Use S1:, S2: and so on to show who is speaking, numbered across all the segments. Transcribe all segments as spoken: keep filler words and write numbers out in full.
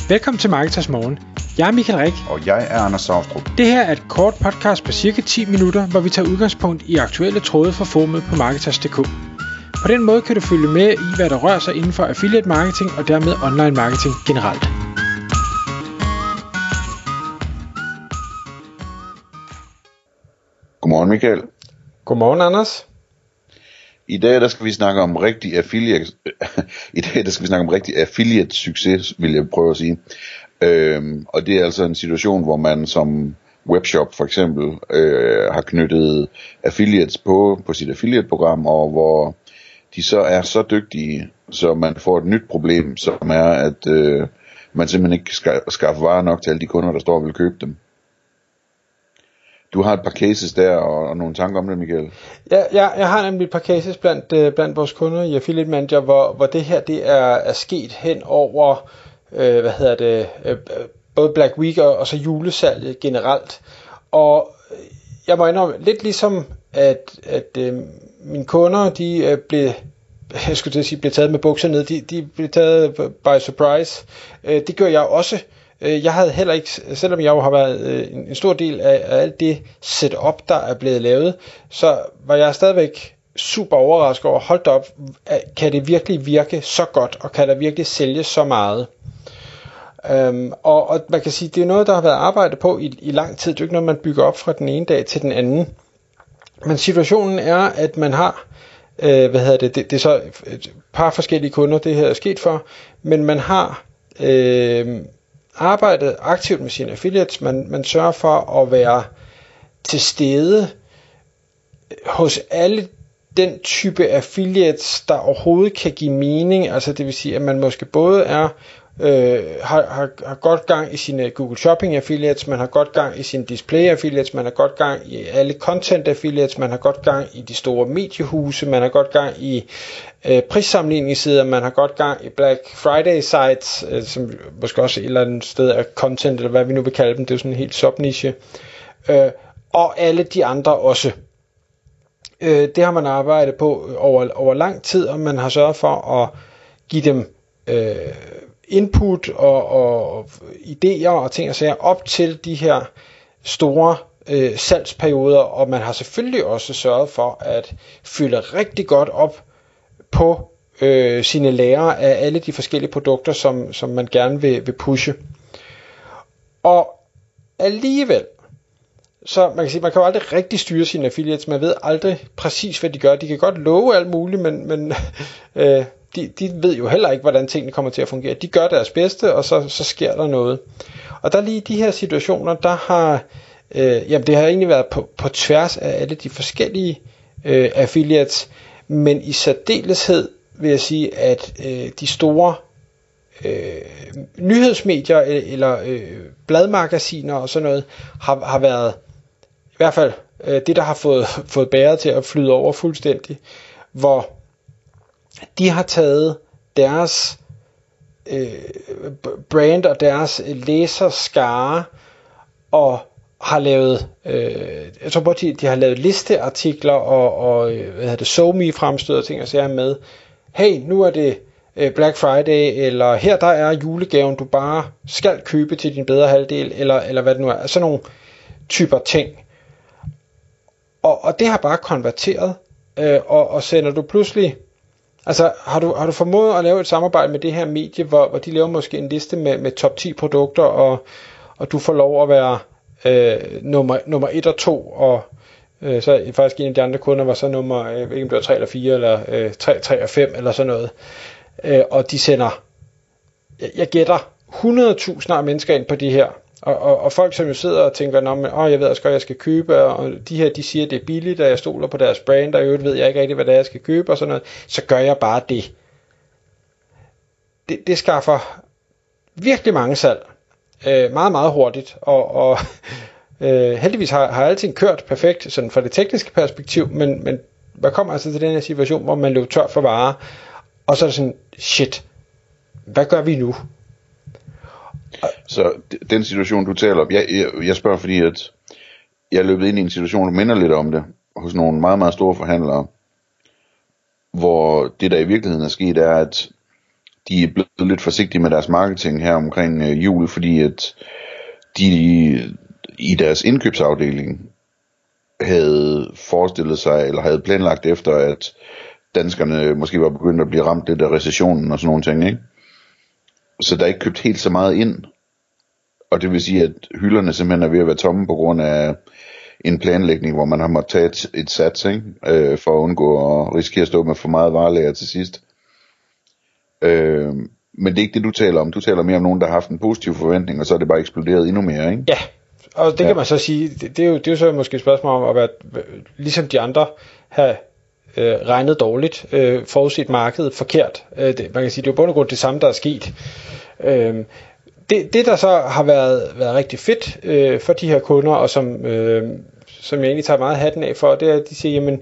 S1: Velkommen til Marketers Morgen. Jeg er Michael Rik.
S2: Og jeg er Anders Saustrup.
S1: Det her er et kort podcast på cirka ti minutter, hvor vi tager udgangspunkt i aktuelle tråde fra forumet på Marketers punktum d k. På den måde kan du følge med i, hvad der rører sig inden for affiliate marketing og dermed online marketing generelt.
S2: Godmorgen Michael.
S1: Godmorgen Anders.
S2: I dag der skal vi snakke om rigtig affiliate. I dag der skal vi snakke om rigtig affiliate succes, vil jeg prøve at sige. Øhm, og det er altså en situation, hvor man som webshop for eksempel øh, har knyttet affiliates på på sit affiliate program, og hvor de så er så dygtige, så man får et nyt problem, som er at øh, man simpelthen ikke skal skaffe varer nok til alle de kunder, der står og vil købe dem. Du har et par cases der, og, og nogle tanker om det, Michael?
S3: Ja, ja, jeg har nemlig et par cases blandt, øh, blandt vores kunder i Affiliate Manager, hvor, hvor det her det er, er sket hen over, øh, hvad hedder det, øh, både Black Week og, og så julesalget generelt. Og jeg må indrømme, lidt ligesom, at, at øh, mine kunder, de øh, blev, jeg skulle til at sige, blev taget med bukser ned, de, de blev taget by surprise. Øh, det gør jeg også. Jeg havde heller ikke, selvom jeg jo har været en stor del af alt det setup, der er blevet lavet, så var jeg stadigvæk super overrasket over, hold op, kan det virkelig virke så godt, og kan der virkelig sælge så meget? Um, og, og man kan sige, det er noget, der har været arbejdet på i, i lang tid. Det er ikke noget, man bygger op fra den ene dag til den anden. Men situationen er, at man har, øh, hvad hedder det, det, det er så et par forskellige kunder, det her er sket for, men man har øh, arbejdet aktivt med sine affiliates. Man, man sørger for at være til stede hos alle den type affiliates, der overhovedet kan give mening. Altså det vil sige, at man måske både er øh, har, har, har godt gang i sine Google Shopping affiliates, man har godt gang i sine display affiliates, man har godt gang i alle content affiliates, man har godt gang i de store mediehuse, man har godt gang i øh, prissammenligningssider, man har godt gang i Black Friday sites, øh, som måske også et eller andet sted er content, eller hvad vi nu vil kalde dem, det er jo sådan en helt subniche, øh, og alle de andre også. Øh, det har man arbejdet på over, over lang tid, og man har sørget for at give dem øh, input og, og, og idéer og ting og sager op til de her store øh, salgsperioder, og man har selvfølgelig også sørget for at fylde rigtig godt op på øh, sine lagre af alle de forskellige produkter, som, som man gerne vil, vil pushe. Og alligevel, så man kan sige, man kan jo aldrig rigtig styre sine affiliates, man ved aldrig præcis, hvad de gør. De kan godt love alt muligt, men, men øh, de, de ved jo heller ikke, hvordan tingene kommer til at fungere. De gør deres bedste, og så, så sker der noget. Og der lige i de her situationer, der har, øh, jamen det har egentlig været på, på tværs af alle de forskellige øh, affiliates, men i særdeleshed vil jeg sige, at øh, de store øh, nyhedsmedier eller øh, bladmagasiner og sådan noget, har, har været i hvert fald øh, det, der har fået, fået bæret til at flyde over fuldstændig, hvor de har taget deres øh, brand og deres læserskare og har lavet, øh, jeg tror bare, de, de har lavet listeartikler og, og hvad hedder det, SoMe fremstød og ting og sager med, hey, nu er det øh, Black Friday, eller her der er julegaven, du bare skal købe til din bedre halvdel, eller, eller hvad det nu er, sådan nogle typer ting. Og, og det har bare konverteret, øh, og, og sender du pludselig, altså har du, har du formået at lave et samarbejde med det her medie, hvor, hvor de laver måske en liste med, med top ti produkter, og, og du får lov at være øh, nummer, nummer et og to, og øh, så faktisk en af de andre kunder var så nummer, jeg ved ikke om det var tre eller fire, eller øh, tre, tre og fem, eller sådan noget, øh, og de sender, jeg, jeg gætter, hundrede tusinder af mennesker ind på de her. Og, og, og folk som jo sidder og tænker, nå, men, åh, jeg ved også godt, jeg skal købe, og de her, de siger, det er billigt, og jeg stoler på deres brand, og i øvrigt ved jeg ikke rigtig, hvad det er, jeg skal købe, og sådan noget, så gør jeg bare det. Det, det skaffer virkelig mange salg, øh, meget, meget hurtigt, og, og øh, heldigvis har, har alting kørt perfekt, sådan fra det tekniske perspektiv, men, men man kommer altså til den her situation, hvor man løber tør for varer, og så er det sådan, shit, hvad gør vi nu?
S2: Så den situation, du taler om, jeg, jeg, jeg spørger fordi, at jeg er løbet ind i en situation, der minder lidt om det, hos nogle meget, meget store forhandlere, hvor det, der i virkeligheden er sket, er, at de er blevet lidt forsigtige med deres marketing her omkring øh, jul, fordi at de i deres indkøbsafdeling havde forestillet sig, eller havde planlagt efter, at danskerne måske var begyndt at blive ramt lidt af recessionen og sådan nogle ting, ikke? Så der er ikke købt helt så meget ind, og det vil sige, at hylderne simpelthen er ved at være tomme på grund af en planlægning, hvor man har måttet tage et, et sats, ikke? Øh, for at undgå at risikere at stå med for meget varelager til sidst. Øh, men det er ikke det, du taler om. Du taler mere om nogen, der har haft en positiv forventning, og så er det bare eksploderet endnu mere, ikke?
S3: Ja, og det
S2: ja.
S3: kan man så sige, det, det, er jo, det er jo så måske et spørgsmål om at være, ligesom de andre, have øh, regnet dårligt, øh, forudset markedet forkert. Øh, det, man kan sige, det er jo bund og grund det samme, der er sket. Øh, det, det, der så har været, været rigtig fedt øh, for de her kunder, og som, øh, som jeg egentlig tager meget hatten af for, det er, at de siger, jamen,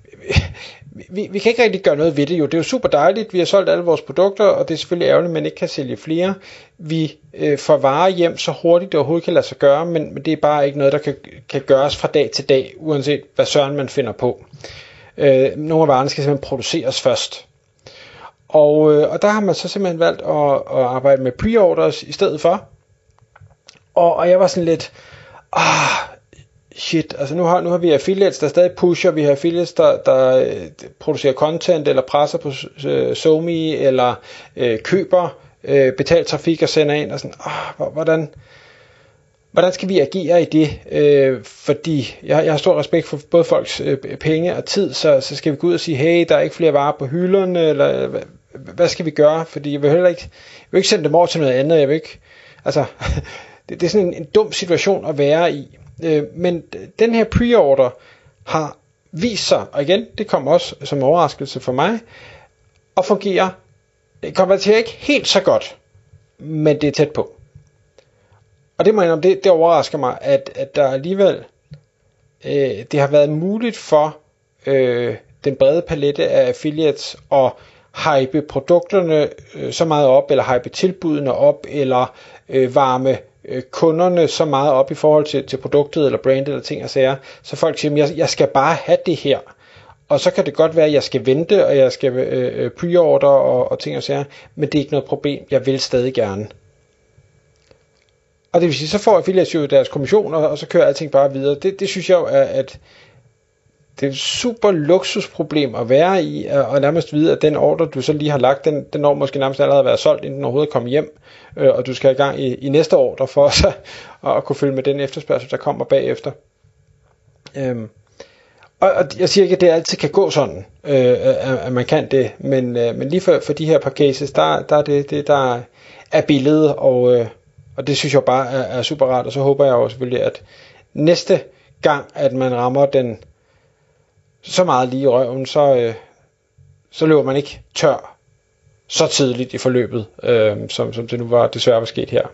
S3: Vi, vi kan ikke rigtig gøre noget ved det jo. Det er jo super dejligt, vi har solgt alle vores produkter, og det er selvfølgelig ærgerligt, at man ikke kan sælge flere. Vi øh, får varer hjem så hurtigt det overhovedet kan lade sig gøre, men, men det er bare ikke noget, der kan, kan gøres fra dag til dag, uanset hvad søren man finder på. Øh, nogle af varerne skal simpelthen produceres først. Og, øh, og der har man så simpelthen valgt at, at arbejde med pre-orders i stedet for. Og, og jeg var sådan lidt, ah, shit, altså nu har, nu har vi affiliates, der stadig pusher, vi har affiliates, der, der øh, producerer content, eller presser på øh, SoMe, eller øh, køber øh, betalt trafik og sender ind, og sådan, ah, hvordan, hvordan skal vi agere i det? Øh, fordi jeg, jeg har stor respekt for både folks øh, penge og tid, så, så skal vi gå ud og sige, hey, der er ikke flere varer på hylderne, eller hvad, hvad skal vi gøre? Fordi jeg vil heller ikke, jeg vil ikke sende dem over til noget andet, jeg vil ikke, altså, det, det er sådan en, en dum situation at være i. Men den her pre-order har vist sig, og igen, det kom også som overraskelse for mig, at fungere. Det konverterer ikke helt så godt, men det er tæt på. Og det må jeg det, det overrasker mig, at, at der alligevel, øh, det har været muligt for øh, den brede palette af affiliates at hype produkterne øh, så meget op, eller hype tilbudene op, eller øh, varme kunderne så meget op i forhold til, til produktet eller brandet eller ting og sager, så folk siger, jeg, jeg skal bare have det her, og så kan det godt være, at jeg skal vente, og jeg skal øh, pre-order og, og ting og sager, men det er ikke noget problem, jeg vil stadig gerne. Og det vil sige, så får affiliates jo deres kommission, og, og så kører alting bare videre. Det, det synes jeg jo er, at det er et super luksusproblem at være i, og nærmest vide, at den ordre, du så lige har lagt, den, den når måske nærmest allerede været solgt, inden den overhovedet kommer hjem, øh, og du skal i gang i, i næste ordre for så at, at kunne følge med den efterspørgsel, der kommer bagefter. Øhm, og, og jeg siger ikke, at det altid kan gå sådan, øh, at, at man kan det, men, øh, men lige for, for de her par cases, der, der er det, det, der er billedet, og, øh, og det synes jeg bare er, er super rart, og så håber jeg jo selvfølgelig, at næste gang, at man rammer den så meget lige i røven, så, øh, så løber man ikke tør så tidligt i forløbet, øh, som, som det nu var desværre var sket her.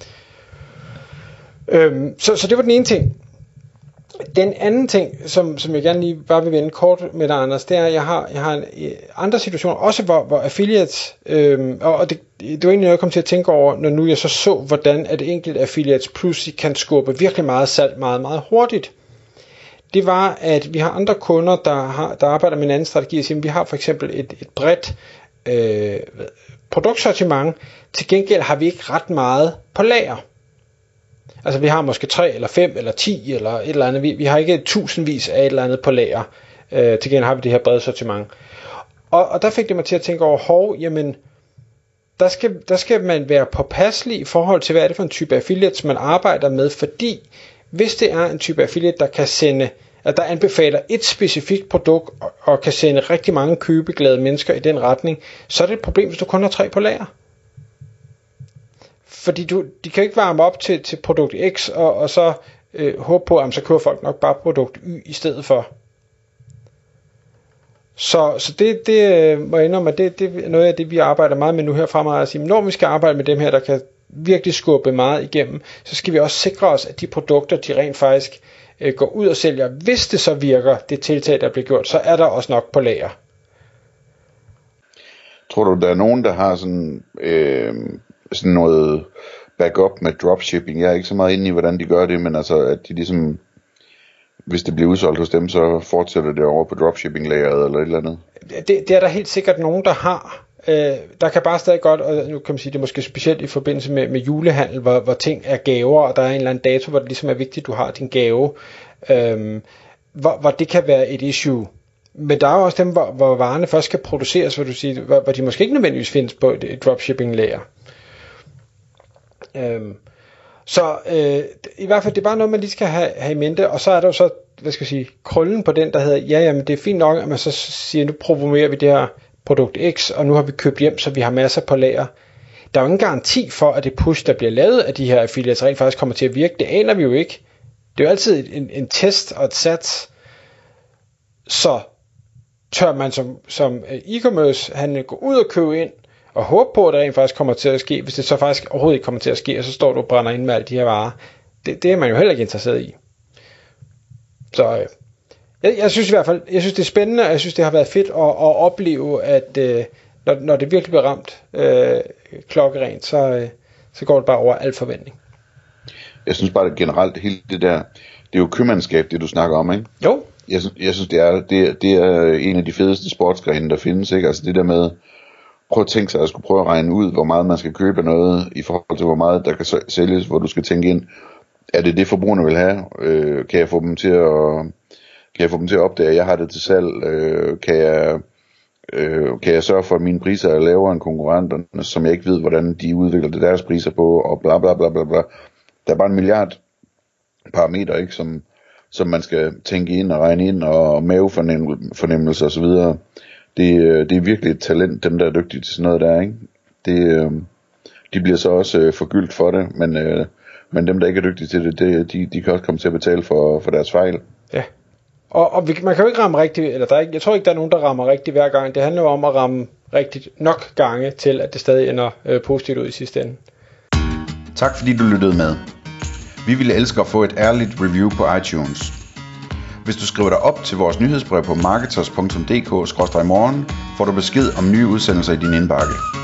S3: Øh, så, så det var den ene ting. Den anden ting, som, som jeg gerne lige bare vil vende kort med dig, Anders, det er, at jeg har, jeg har en, andre situationer, også hvor, hvor affiliates, øh, og det, det var egentlig noget, jeg kom til at tænke over, når nu jeg så så, hvordan at enkelt affiliates pludselig kan skubbe virkelig meget salg meget, meget hurtigt. Det var, at vi har andre kunder, der, har, der arbejder med en anden strategi. Vi har for eksempel et, et bredt øh, produktsortiment. Til gengæld har vi ikke ret meget på lager. Altså vi har måske tre eller fem eller ti eller et eller andet. Vi, vi har ikke tusindvis af et eller andet på lager. Øh, til gengæld har vi det her brede sortiment. Og, og der fik det mig til at tænke over, hov, jamen, der skal, der skal man være påpasselig i forhold til, hvad er det for en type affiliates, man arbejder med, fordi hvis det er en type affiliate, der kan sende, at der anbefaler et specifikt produkt, og, og kan sende rigtig mange købeglade mennesker i den retning, så er det et problem, hvis du kun har tre på lager. Fordi du, de kan ikke varme op til, til produkt X, og, og så øh, håbe på, at så køber folk nok bare produkt Y i stedet for. Så, så det, det må jeg indrømme, at det, det er noget af det, vi arbejder meget med nu her fremover, at sige, når vi skal arbejde med dem her, der kan virkelig skubbe meget igennem, så skal vi også sikre os, at de produkter, de rent faktisk øh, går ud og sælger. Hvis det så virker, det tiltag, der bliver gjort, så er der også nok på lager.
S2: Tror du, der er nogen, der har sådan, øh, sådan noget backup med dropshipping? Jeg er ikke så meget inde i, hvordan de gør det, men altså, at de ligesom, hvis det bliver udsolgt hos dem, så fortsætter det over på dropshipping-lageret eller et eller andet?
S3: Det, det er der helt sikkert nogen, der har. øh, der kan bare stadig godt, og nu kan man sige, det er måske specielt i forbindelse med, med julehandel, hvor, hvor ting er gaver, og der er en eller anden dato, hvor det ligesom er vigtigt, at du har din gave, øh, hvor, hvor det kan være et issue. Men der er også dem, hvor, hvor varerne først skal produceres, hvor, du siger, hvor, hvor de måske ikke nødvendigvis findes på et, et dropshipping-lager. Øh, så øh, i hvert fald, det er bare noget, man lige skal have, have i mente, og så er der jo så, hvad skal jeg sige, krøllen på den, der hedder, ja, jamen det er fint nok, at man så siger, nu promoverer vi det her produkt X, og nu har vi købt hjem, så vi har masser på lager. Der er jo ingen garanti for, at det push, der bliver lavet af de her affiliates, rent faktisk kommer til at virke. Det aner vi jo ikke. Det er jo altid en, en test og et sats. Så tør man som, som e-commerce handel gå ud og købe ind, og håbe på, at det rent faktisk kommer til at ske, hvis det så faktisk overhovedet ikke kommer til at ske, og så står du og brænder ind med alle de her varer. Det, det er man jo heller ikke interesseret i. Så øh, jeg, jeg synes i hvert fald, jeg synes det er spændende, og jeg synes det har været fedt at, at opleve, at øh, når, når det virkelig bliver ramt øh, klokkerent, så, øh, så går det bare over al forventning.
S2: Jeg synes bare, at generelt hele det der, det er jo købmandskab, det du snakker om, ikke?
S3: Jo.
S2: Jeg synes, jeg synes det, er, det, det er en af de fedeste sportsgrene, der findes, ikke? Altså det der med, prøv at tænke sig, at jeg skulle prøve at regne ud, hvor meget man skal købe af noget, i forhold til hvor meget der kan sælges, hvor du skal tænke ind, er det det forbrugerne vil have? Øh, kan jeg få dem til at kan jeg få dem til at opdage, at jeg har det til salg? Øh, kan jeg øh, kan jeg sørge for, at mine priser er lavere end konkurrenterne, som jeg ikke ved, hvordan de udvikler det deres priser på, og bla bla bla bla bla. Der er bare en milliard parametre, ikke, som som man skal tænke ind og regne ind, og mavefornemmelse og så videre. Det, det er virkelig et talent, dem der er dygtige til sådan noget der, ikke? Det, de bliver så også øh, forgyldt for det, men, øh, men dem der ikke er dygtige til det, det de, de kan også komme til at betale for, for deres fejl.
S3: Ja, og, og vi, man kan jo ikke ramme rigtigt, eller der er ikke, jeg tror ikke der er nogen der rammer rigtigt hver gang. Det handler jo om at ramme rigtigt nok gange til, at det stadig ender øh, positivt ud i sidste ende.
S2: Tak fordi du lyttede med. Vi ville elske at få et ærligt review på iTunes. Hvis du skriver dig op til vores nyhedsbrev på marketers punktum d k skråstreg morgen, får du besked om nye udsendelser i din indbakke.